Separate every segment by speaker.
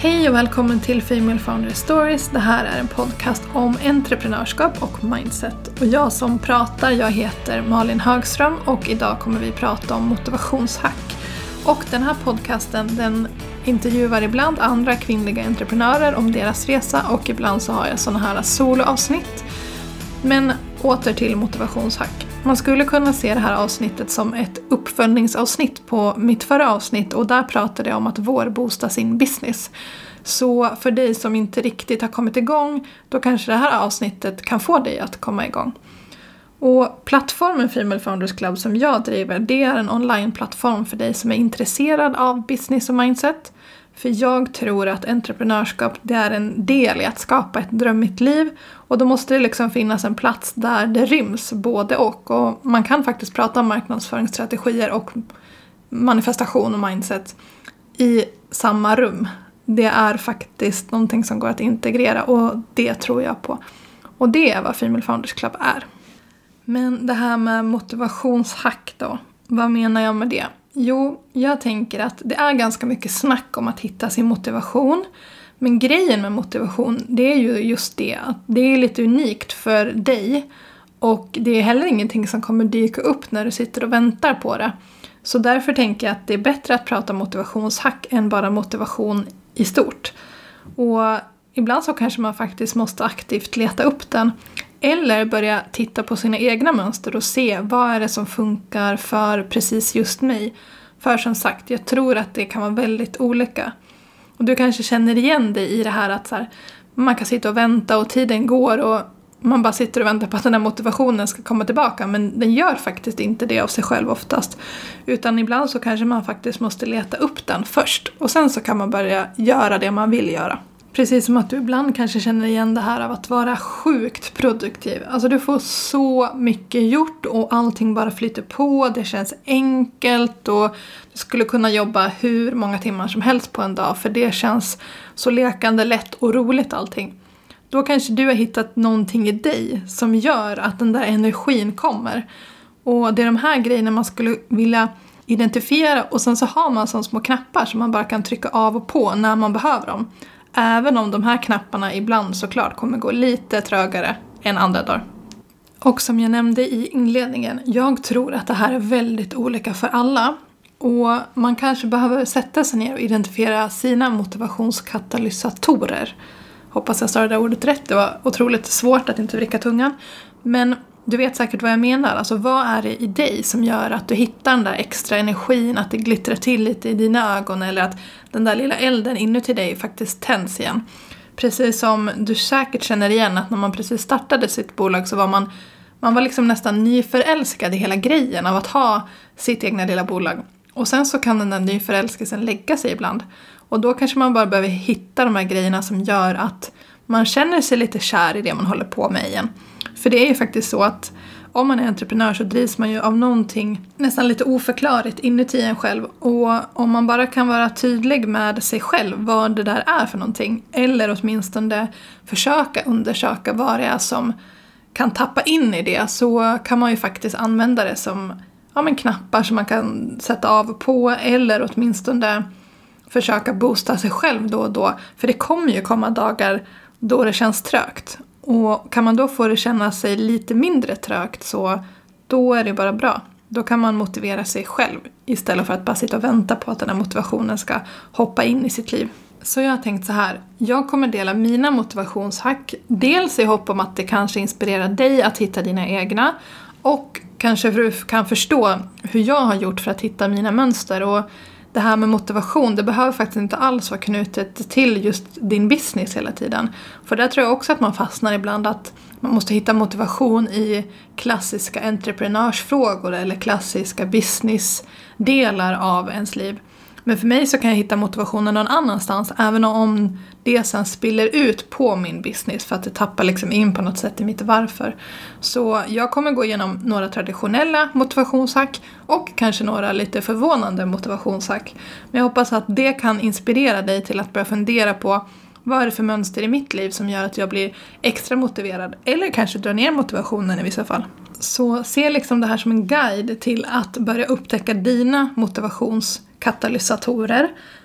Speaker 1: Hej och välkommen till Female Founder Stories. Det här är en podcast om entreprenörskap och mindset. Och jag som pratar, jag heter Malin Högström och idag kommer vi prata om motivationshack. Och den här podcasten den intervjuar ibland andra kvinnliga entreprenörer om deras resa och ibland så har jag sådana här soloavsnitt. Men åter till motivationshack. Man skulle kunna se det här avsnittet som ett uppföljningsavsnitt på mitt förra avsnitt och där pratade jag om att vårboosta sin business. Så för dig som inte riktigt har kommit igång, då kanske det här avsnittet kan få dig att komma igång. Och plattformen Female Founders Club som jag driver, det är en online-plattform för dig som är intresserad av business och mindset. För jag tror att entreprenörskap det är en del i att skapa ett drömmigt liv. Och då måste det liksom finnas en plats där det ryms både och man kan faktiskt prata om marknadsföringsstrategier och manifestation och mindset i samma rum. Det är faktiskt någonting som går att integrera och det tror jag på. Och det är vad Female Founders Club är. Men det här med motivationshack då, vad menar jag med det? Jo, jag tänker att det är ganska mycket snack om att hitta sin motivation. Men grejen med motivation, det är ju just det. Att det är lite unikt för dig. Och det är heller ingenting som kommer dyka upp när du sitter och väntar på det. Så därför tänker jag att det är bättre att prata motivationshack än bara motivation i stort. Och ibland så kanske man faktiskt måste aktivt leta upp den. Eller börja titta på sina egna mönster och se vad är det som funkar för precis just mig. För som sagt, jag tror att det kan vara väldigt olika. Och du kanske känner igen dig i det här att så här, man kan sitta och vänta och tiden går och man bara sitter och väntar på att den här motivationen ska komma tillbaka. Men den gör faktiskt inte det av sig själv oftast. Utan ibland så kanske man faktiskt måste leta upp den först. Och sen så kan man börja göra det man vill göra. Precis som att du ibland kanske känner igen det här av att vara sjukt produktiv. Alltså du får så mycket gjort och allting bara flyter på. Det känns enkelt och du skulle kunna jobba hur många timmar som helst på en dag. För det känns så lekande, lätt och roligt allting. Då kanske du har hittat någonting i dig som gör att den där energin kommer. Och det är de här grejerna man skulle vilja identifiera. Och sen så har man sådana små knappar som man bara kan trycka av och på när man behöver dem. Även om de här knapparna ibland såklart kommer gå lite trögare än andra dagar. Och som jag nämnde i inledningen, jag tror att det här är väldigt olika för alla. Och man kanske behöver sätta sig ner och identifiera sina motivationskatalysatorer. Hoppas jag sa det där ordet rätt, det var otroligt svårt att inte vricka tungan. Men du vet säkert vad jag menar. Alltså vad är det i dig som gör att du hittar den där extra energin, att det glittrar till lite i dina ögon eller att den där lilla elden inuti dig faktiskt tänds igen. Precis som du säkert känner igen att när man precis startade sitt bolag så var man var liksom nästan nyförälskad i hela grejen av att ha sitt egna lilla bolag. Och sen så kan den där nyförälskelsen lägga sig ibland. Och då kanske man bara behöver hitta de här grejerna som gör att man känner sig lite kär i det man håller på med igen. För det är ju faktiskt så att om man är entreprenör så drivs man ju av någonting nästan lite oförklarligt inuti en själv. Och om man bara kan vara tydlig med sig själv vad det där är för någonting. Eller åtminstone försöka undersöka vad det är som kan tappa in i det. Så kan man ju faktiskt använda det som knappar som man kan sätta av på. Eller åtminstone försöka boosta sig själv då och då. För det kommer ju komma dagar då det känns trögt. Och kan man då få det känna sig lite mindre trögt så då är det bara bra. Då kan man motivera sig själv istället för att bara sitta och vänta på att den här motivationen ska hoppa in i sitt liv. Så jag har tänkt så här, jag kommer dela mina motivationshack. Dels i hopp om att det kanske inspirerar dig att hitta dina egna. Och kanske för att du kan förstå hur jag har gjort för att hitta mina mönster. Och det här med motivation, det behöver faktiskt inte alls vara knutet till just din business hela tiden. För där tror jag också att man fastnar ibland att man måste hitta motivation i klassiska entreprenörsfrågor eller klassiska businessdelar av ens liv. Men för mig så kan jag hitta motivationen någon annanstans även om det sen spiller ut på min business för att det tappar liksom in på något sätt i mitt varför. Så jag kommer gå igenom några traditionella motivationshack och kanske några lite förvånande motivationshack. Men jag hoppas att det kan inspirera dig till att börja fundera på vad är det för mönster i mitt liv som gör att jag blir extra motiverad eller kanske drar ner motivationen i vissa fall. Så se liksom det här som en guide till att börja upptäcka dina motivationskatalysatorer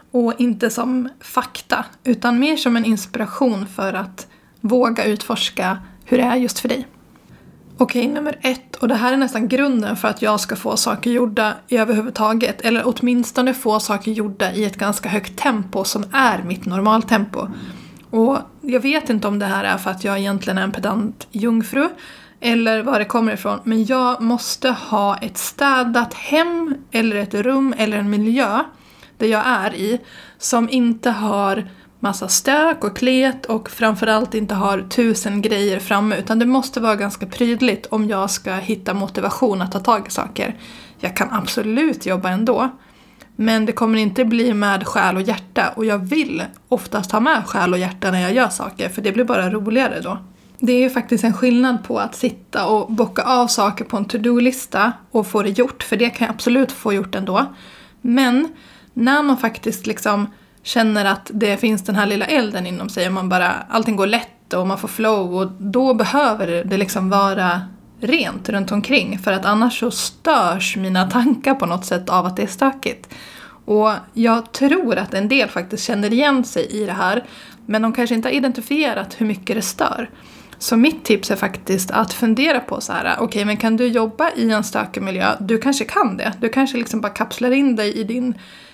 Speaker 1: Och inte som fakta, utan mer som en inspiration för att våga utforska hur det är just för dig. Okej, nummer 1. Och det här är nästan grunden för att jag ska få saker gjorda överhuvudtaget. Eller åtminstone få saker gjorda i ett ganska högt tempo som är mitt normaltempo. Och jag vet inte om det här är för att jag egentligen är en pedant jungfru. Eller var det kommer ifrån. Men jag måste ha ett städat hem eller ett rum eller en miljö där jag är i. Som inte har massa stök och klet och framförallt inte har 1000 grejer framme, utan det måste vara ganska prydligt om jag ska hitta motivation att ta tag i saker. Jag kan absolut jobba ändå, men det kommer inte bli med själ och hjärta, och jag vill oftast ha med själ och hjärta när jag gör saker, för det blir bara roligare då. Det är ju faktiskt en skillnad på att sitta och bocka av saker på en to-do-lista och få det gjort, för det kan jag absolut få gjort ändå. Men när man faktiskt liksom känner att det finns den här lilla elden inom sig och man bara, allting går lätt och man får flow, och då behöver det liksom vara rent runt omkring, för att annars så störs mina tankar på något sätt av att det är stökigt. Och jag tror att en del faktiskt känner igen sig i det här, men de kanske inte har identifierat hur mycket det stör. Så mitt tips är faktiskt att fundera på så här: okej, men kan du jobba i en stökig miljö? Du kanske kan det. Du kanske liksom bara kapslar in dig i din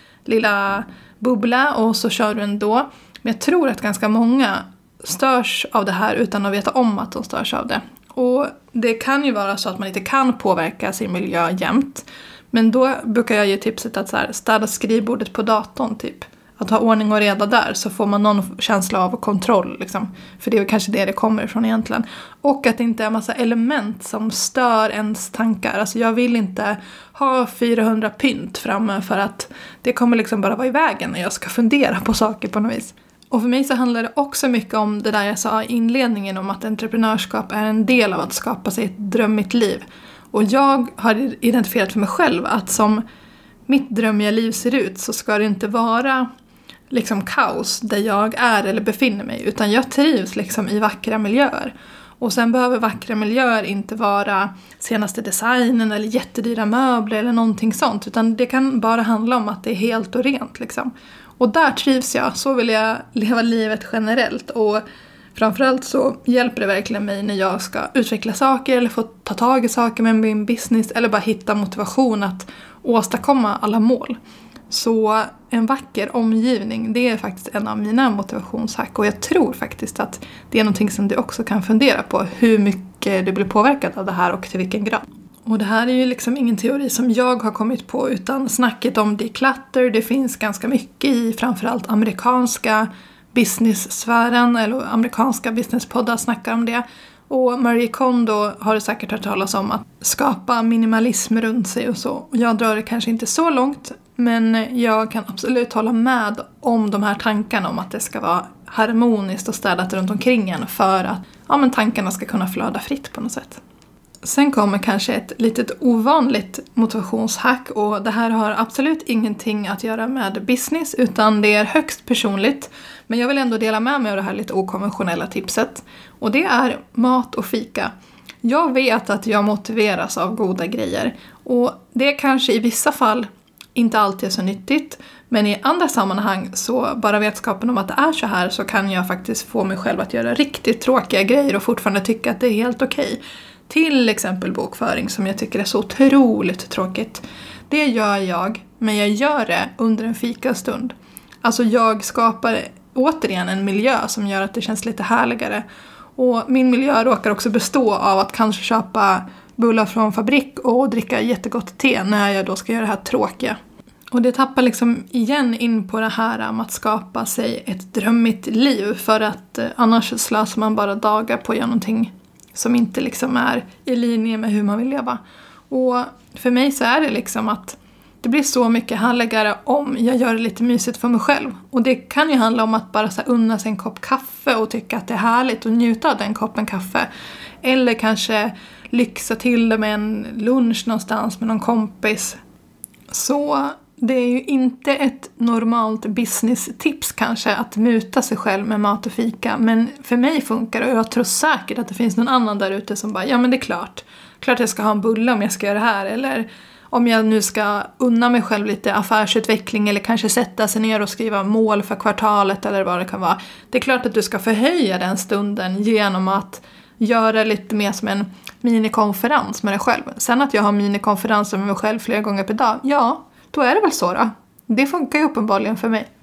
Speaker 1: lilla bubbla och så kör du ändå. Men jag tror att ganska många störs av det här utan att veta om att de störs av det. Och det kan ju vara så att man inte kan påverka sin miljö jämt. Men då brukar jag ge tipset att så här, städa skrivbordet på datorn typ. Att ha ordning och reda där, så får man någon känsla av kontroll liksom. För det är kanske det kommer ifrån egentligen. Och att det inte är en massa element som stör ens tankar. Alltså jag vill inte ha 400 pynt framme, för att det kommer liksom bara vara i vägen när jag ska fundera på saker på något vis. Och för mig så handlar det också mycket om det där jag sa i inledningen, om att entreprenörskap är en del av att skapa sig ett drömmigt liv. Och jag har identifierat för mig själv att som mitt drömmiga liv ser ut, så ska det inte vara liksom kaos där jag är eller befinner mig, utan jag trivs liksom i vackra miljöer. Och sen behöver vackra miljöer inte vara senaste designen eller jättedyra möbler eller någonting sånt, utan det kan bara handla om att det är helt och rent liksom. Och där trivs jag, så vill jag leva livet generellt. Och framförallt så hjälper det verkligen mig när jag ska utveckla saker eller få ta tag i saker med min business, eller bara hitta motivation att åstadkomma alla mål. Så en vacker omgivning, det är faktiskt en av mina motivationshack. Och jag tror faktiskt att det är någonting som du också kan fundera på. Hur mycket du blir påverkad av det här och till vilken grad. Och det här är ju liksom ingen teori som jag har kommit på, utan snacket om declutter, det finns ganska mycket i framförallt amerikanska business-sfären, eller amerikanska businesspoddar snackar om det. Och Marie Kondo har du säkert hört talas om, att skapa minimalism runt sig och så. Jag drar det kanske inte så långt, men jag kan absolut hålla med om de här tankarna om att det ska vara harmoniskt och städat runt omkring en, för att men tankarna ska kunna flöda fritt på något sätt. Sen kommer kanske ett litet ovanligt motivationshack, och det här har absolut ingenting att göra med business, utan det är högst personligt. Men jag vill ändå dela med mig av det här lite okonventionella tipset, och det är mat och fika. Jag vet att jag motiveras av goda grejer, och det kanske i vissa fall inte alltid är så nyttigt, men i andra sammanhang så bara vetskapen om att det är så här, så kan jag faktiskt få mig själv att göra riktigt tråkiga grejer och fortfarande tycka att det är helt okej. Till exempel bokföring, som jag tycker är så otroligt tråkigt. Det gör jag, men jag gör det under en fikastund. Alltså jag skapar återigen en miljö som gör att det känns lite härligare. Och min miljö råkar också bestå av att kanske köpa bullar från fabrik och dricka jättegott te när jag då ska göra det här tråkiga. Och det tappar liksom igen in på det här om att skapa sig ett drömmigt liv, för att annars slösar man bara dagar på att göra någonting som inte liksom är i linje med hur man vill leva. Och för mig så är det liksom att det blir så mycket härligare om jag gör det lite mysigt för mig själv. Och det kan ju handla om att bara så unna sig en kopp kaffe och tycka att det är härligt och njuta av den koppen kaffe. Eller kanske lyxa till det med en lunch någonstans med någon kompis. Så det är ju inte ett normalt business-tips kanske att muta sig själv med mat och fika. Men för mig funkar det, och jag tror säkert att det finns någon annan där ute som bara, ja men det är klart jag ska ha en bulle om jag ska göra det här. Eller om jag nu ska unna mig själv lite affärsutveckling eller kanske sätta sig ner och skriva mål för kvartalet eller vad det kan vara. Det är klart att du ska förhöja den stunden genom att göra lite mer som en minikonferens med dig själv. Sen att jag har minikonferenser med mig själv flera gånger per dag, ja, då är det väl så då. Det funkar ju uppenbarligen för mig.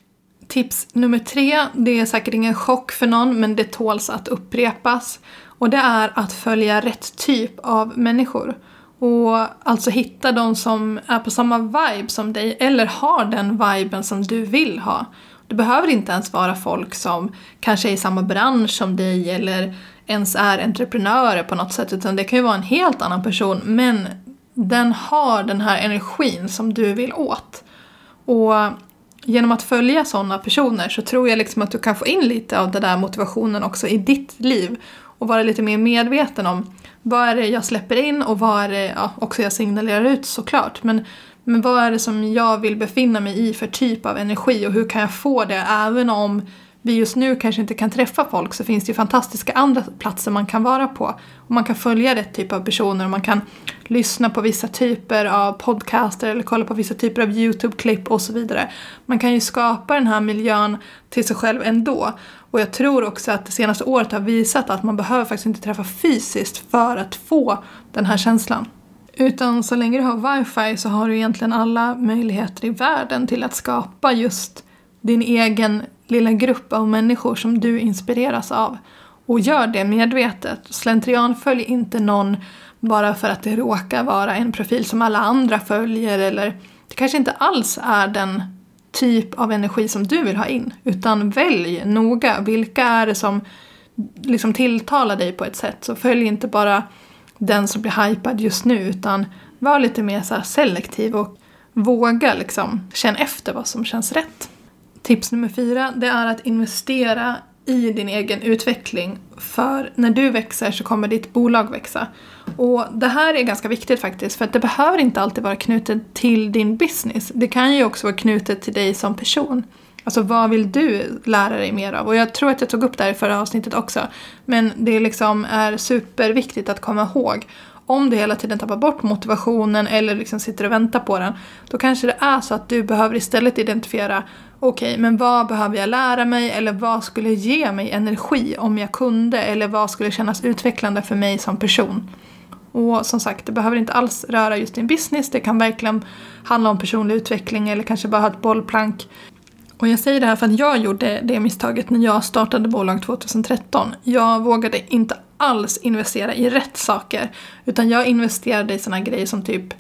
Speaker 1: Tips nummer 3, det är säkert ingen chock för någon, men det tåls att upprepas. Och det är att följa rätt typ av människor. Och alltså hitta de som är på samma vibe som dig eller har den viben som du vill ha. Det behöver inte ens vara folk som kanske är i samma bransch som dig eller ens är entreprenörer på något sätt, utan det kan ju vara en helt annan person, men den har den här energin som du vill åt. Och genom att följa sådana personer så tror jag liksom att du kan få in lite av den där motivationen också i ditt liv och vara lite mer medveten om vad är det jag släpper in och vad är det också jag signalerar ut såklart. Men vad är det som jag vill befinna mig i för typ av energi och hur kan jag få det? Även om vi just nu kanske inte kan träffa folk så finns det ju fantastiska andra platser man kan vara på. Och man kan följa rätt typ av personer och man kan lyssna på vissa typer av podcaster eller kolla på vissa typer av YouTube-klipp och så vidare. Man kan ju skapa den här miljön till sig själv ändå. Och jag tror också att det senaste året har visat att man behöver faktiskt inte träffa fysiskt för att få den här känslan. Utan så länge du har wifi så har du egentligen alla möjligheter i världen till att skapa just din egen lilla grupp av människor som du inspireras av. Och gör det medvetet. Slentrian följer inte någon bara för att det råkar vara en profil som alla andra följer. Eller det kanske inte alls är den typ av energi som du vill ha in. Utan välj noga vilka är det som liksom tilltalar dig på ett sätt. Så följ inte bara den som blir hypad just nu, utan var lite mer så här selektiv och våga liksom känna efter vad som känns rätt. Tips nummer 4, det är att investera i din egen utveckling, för när du växer så kommer ditt bolag växa. Och det här är ganska viktigt faktiskt, för att det behöver inte alltid vara knutet till din business. Det kan ju också vara knutet till dig som person. Alltså vad vill du lära dig mer av? Och jag tror att jag tog upp det här i förra avsnittet också. Men det liksom är superviktigt att komma ihåg. Om du hela tiden tappar bort motivationen eller liksom sitter och väntar på den, då kanske det är så att du behöver istället identifiera, okej, men vad behöver jag lära mig? Eller vad skulle ge mig energi om jag kunde? Eller vad skulle kännas utvecklande för mig som person? Och som sagt, det behöver inte alls röra just din business. Det kan verkligen handla om personlig utveckling eller kanske bara ha ett bollplank. Och jag säger det här för att jag gjorde det misstaget när jag startade bolag 2013. Jag vågade inte alls investera i rätt saker. Utan jag investerade i såna grejer som typ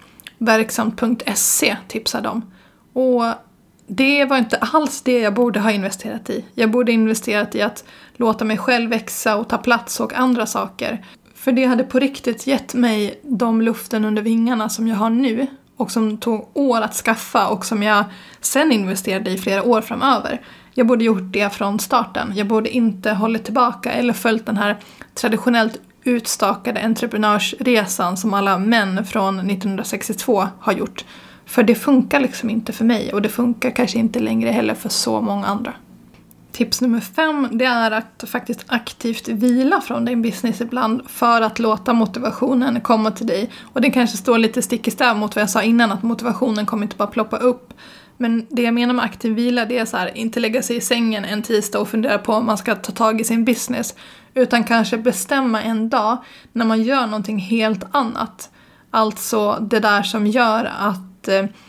Speaker 1: verksamt.se tipsade om. Och det var inte alls det jag borde ha investerat i. Jag borde investerat i att låta mig själv växa och ta plats och andra saker. För det hade på riktigt gett mig de luften under vingarna som jag har nu. Och som tog år att skaffa och som jag sen investerade i flera år framöver. Jag borde gjort det från starten. Jag borde inte hållit tillbaka eller följt den här traditionellt utstakade entreprenörsresan som alla män från 1962 har gjort. För det funkar liksom inte för mig och det funkar kanske inte längre heller för så många andra. Tips nummer 5, det är att faktiskt aktivt vila från din business ibland för att låta motivationen komma till dig. Och det kanske står lite stick i stäv mot vad jag sa innan, att motivationen kommer inte bara ploppa upp. Men det jag menar med aktiv vila, det är så här, inte lägga sig i sängen en tisdag och fundera på om man ska ta tag i sin business. Utan kanske bestämma en dag när man gör någonting helt annat. Alltså det där som gör att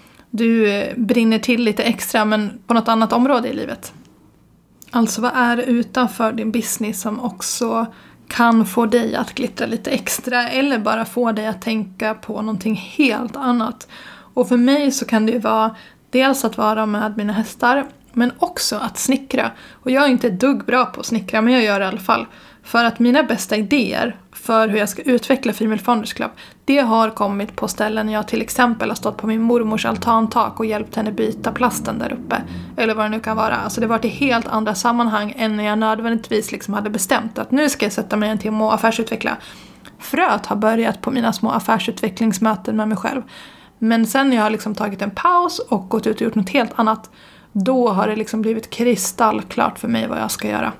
Speaker 1: du brinner till lite extra men på något annat område i livet. Alltså vad är det utanför din business som också kan få dig att glittra lite extra eller bara få dig att tänka på någonting helt annat. Och för mig så kan det ju vara dels att vara med mina hästar men också att snickra. Och jag är inte ett dugg bra på att snickra, men jag gör det i alla fall. För att mina bästa idéer för hur jag ska utveckla Female Founders Club, det har kommit på ställen när jag till exempel har stått på min mormors altantak och hjälpt henne byta plasten där uppe. Eller vad det nu kan vara. Alltså det var till helt andra sammanhang än när jag nödvändigtvis liksom hade bestämt att nu ska jag sätta mig en timme och affärsutveckla. Fröet har börjat på mina små affärsutvecklingsmöten med mig själv. Men sen när jag har liksom tagit en paus och gått ut och gjort något helt annat, då har det liksom blivit kristallklart för mig vad jag ska göra.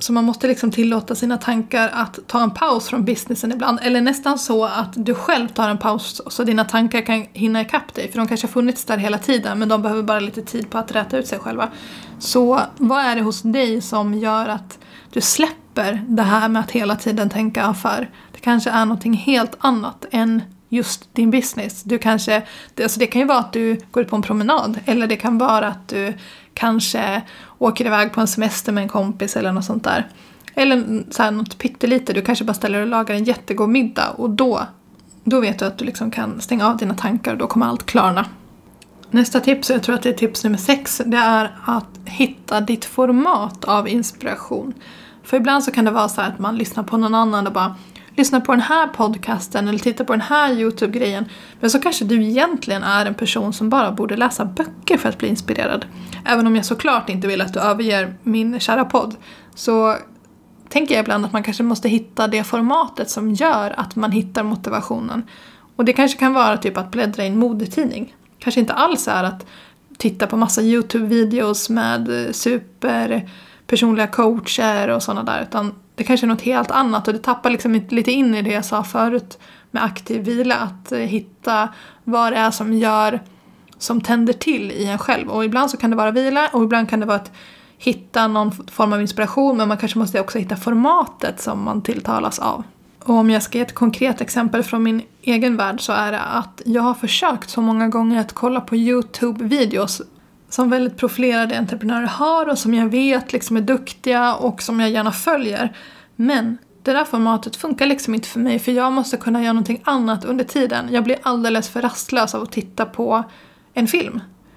Speaker 1: Så man måste liksom tillåta sina tankar att ta en paus från businessen ibland. Eller nästan så att du själv tar en paus så dina tankar kan hinna ikapp dig. För de kanske har funnits där hela tiden, men de behöver bara lite tid på att räta ut sig själva. Så vad är det hos dig som gör att du släpper det här med att hela tiden tänka affär? Det kanske är någonting helt annat än just din business. Det kan ju vara att du går ut på en promenad. Eller det kan vara att du kanske åker iväg på en semester med en kompis eller något sånt där. Eller så här något pyttelite. Du kanske bara ställer och lagar en jättegod middag. Och då vet du att du liksom kan stänga av dina tankar och då kommer allt klarna. Nästa tips, jag tror att det är tips nummer 6, det är att hitta ditt format av inspiration. För ibland så kan det vara så här att man lyssnar på någon annan och bara lyssnar på den här podcasten eller tittar på den här YouTube-grejen. Men så kanske du egentligen är en person som bara borde läsa böcker för att bli inspirerad. Även om jag såklart inte vill att du överger min kära podd, så tänker jag ibland att man kanske måste hitta det formatet som gör att man hittar motivationen. Och det kanske kan vara typ att bläddra i en modetidning. Kanske inte alls är att titta på massa YouTube-videos med superpersonliga coacher och sådana där, utan det kanske är något helt annat. Och det tappar liksom lite in i det jag sa förut med aktiv vila, att hitta vad det är som tänder till i en själv. Och ibland så kan det vara vila och ibland kan det vara att hitta någon form av inspiration, men man kanske måste också hitta formatet som man tilltalas av. Och om jag ska ge ett konkret exempel från min egen värld, så är det att jag har försökt så många gånger att kolla på YouTube-videos som väldigt profilerade entreprenörer har och som jag vet liksom är duktiga och som jag gärna följer. Men det där formatet funkar liksom inte för mig, för jag måste kunna göra någonting annat under tiden. Jag blir alldeles för rastlös av att titta på en film.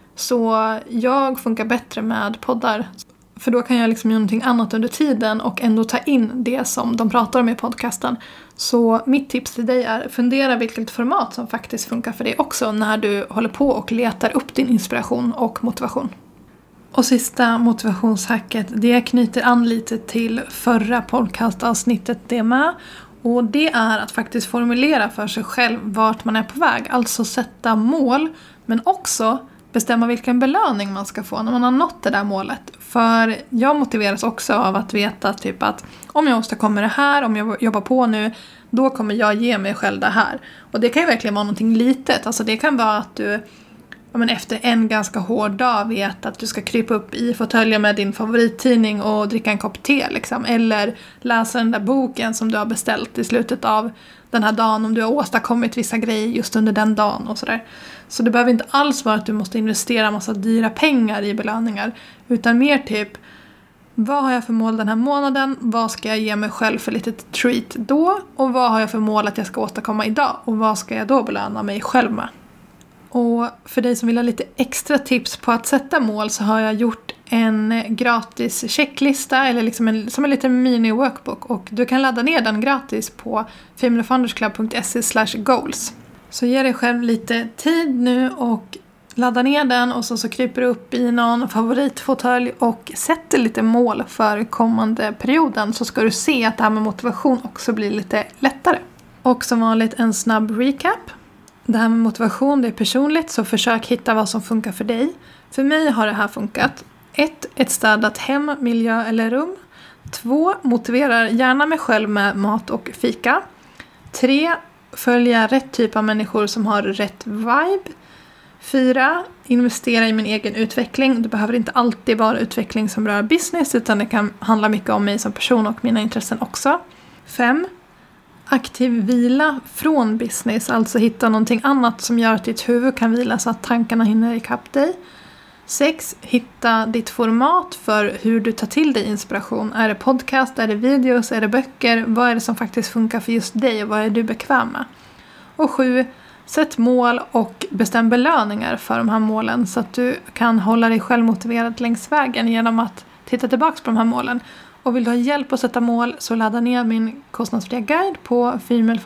Speaker 1: Så jag funkar bättre med poddar. För då kan jag liksom göra någonting annat under tiden och ändå ta in det som de pratar om i podcasten. Så mitt tips till dig är: fundera vilket format som faktiskt funkar för dig också när du håller på och letar upp din inspiration och motivation. Och sista motivationshacket, det knyter an lite till förra podcastavsnittet det med. Och det är att faktiskt formulera för sig själv vart man är på väg. Alltså sätta mål, men också bestämma vilken belöning man ska få när man har nått det där målet. För jag motiveras också av att veta typ att om jag åstadkommer det här, om jag jobbar på nu, då kommer jag ge mig själv det här. Och det kan ju verkligen vara någonting litet. Alltså det kan vara att du efter en ganska hård dag vet att du ska krypa upp i fåtöljen med din favorittidning och dricka en kopp te liksom. Eller läsa den där boken som du har beställt i slutet av den här dagen om du har åstadkommit vissa grejer just under den dagen och sådär. Så det behöver inte alls vara att du måste investera massa dyra pengar i belöningar, utan mer typ: vad har jag för mål den här månaden? Vad ska jag ge mig själv för litet treat då? Och vad har jag för mål att jag ska åstadkomma idag? Och vad ska jag då belöna mig själv med? Och för dig som vill ha lite extra tips på att sätta mål, så har jag gjort en gratis checklista eller liksom som en liten mini-workbook. Och du kan ladda ner den gratis på femalefoundersclub.se/goals. Så ge dig själv lite tid nu och ladda ner den, och så kryper du upp i någon favoritfåtölj och sätter lite mål för kommande perioden, så ska du se att det här med motivation också blir lite lättare. Och som vanligt en snabb recap. Det här med motivation, det är personligt, så försök hitta vad som funkar för dig. För mig har det här funkat. 1. Ett städat hem, miljö eller rum. 2. Motiverar gärna mig själv med mat och fika. 3. Följa rätt typ av människor som har rätt vibe. 4. Investera i min egen utveckling. Det behöver inte alltid vara utveckling som rör business, utan det kan handla mycket om mig som person och mina intressen också. 5. Aktiv vila från business, alltså hitta någonting annat som gör att ditt huvud kan vila så att tankarna hinner ikapp dig. 6. Hitta ditt format för hur du tar till dig inspiration. Är det podcast, är det videos, är det böcker? Vad är det som faktiskt funkar för just dig och vad är du bekväm med? Och 7. Sätt mål och bestäm belöningar för de här målen, så att du kan hålla dig själv motiverad längs vägen genom att titta tillbaka på de här målen. Och vill du ha hjälp att sätta mål, så ladda ner min kostnadsfria guide på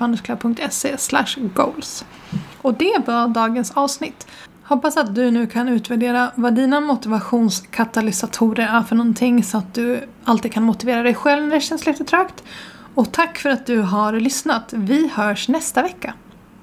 Speaker 1: femalefoundersclub.se/goals. Och det var dagens avsnitt. Hoppas att du nu kan utvärdera vad dina motivationskatalysatorer är för någonting, så att du alltid kan motivera dig själv när det känns lite trögt. Och tack för att du har lyssnat. Vi hörs nästa vecka.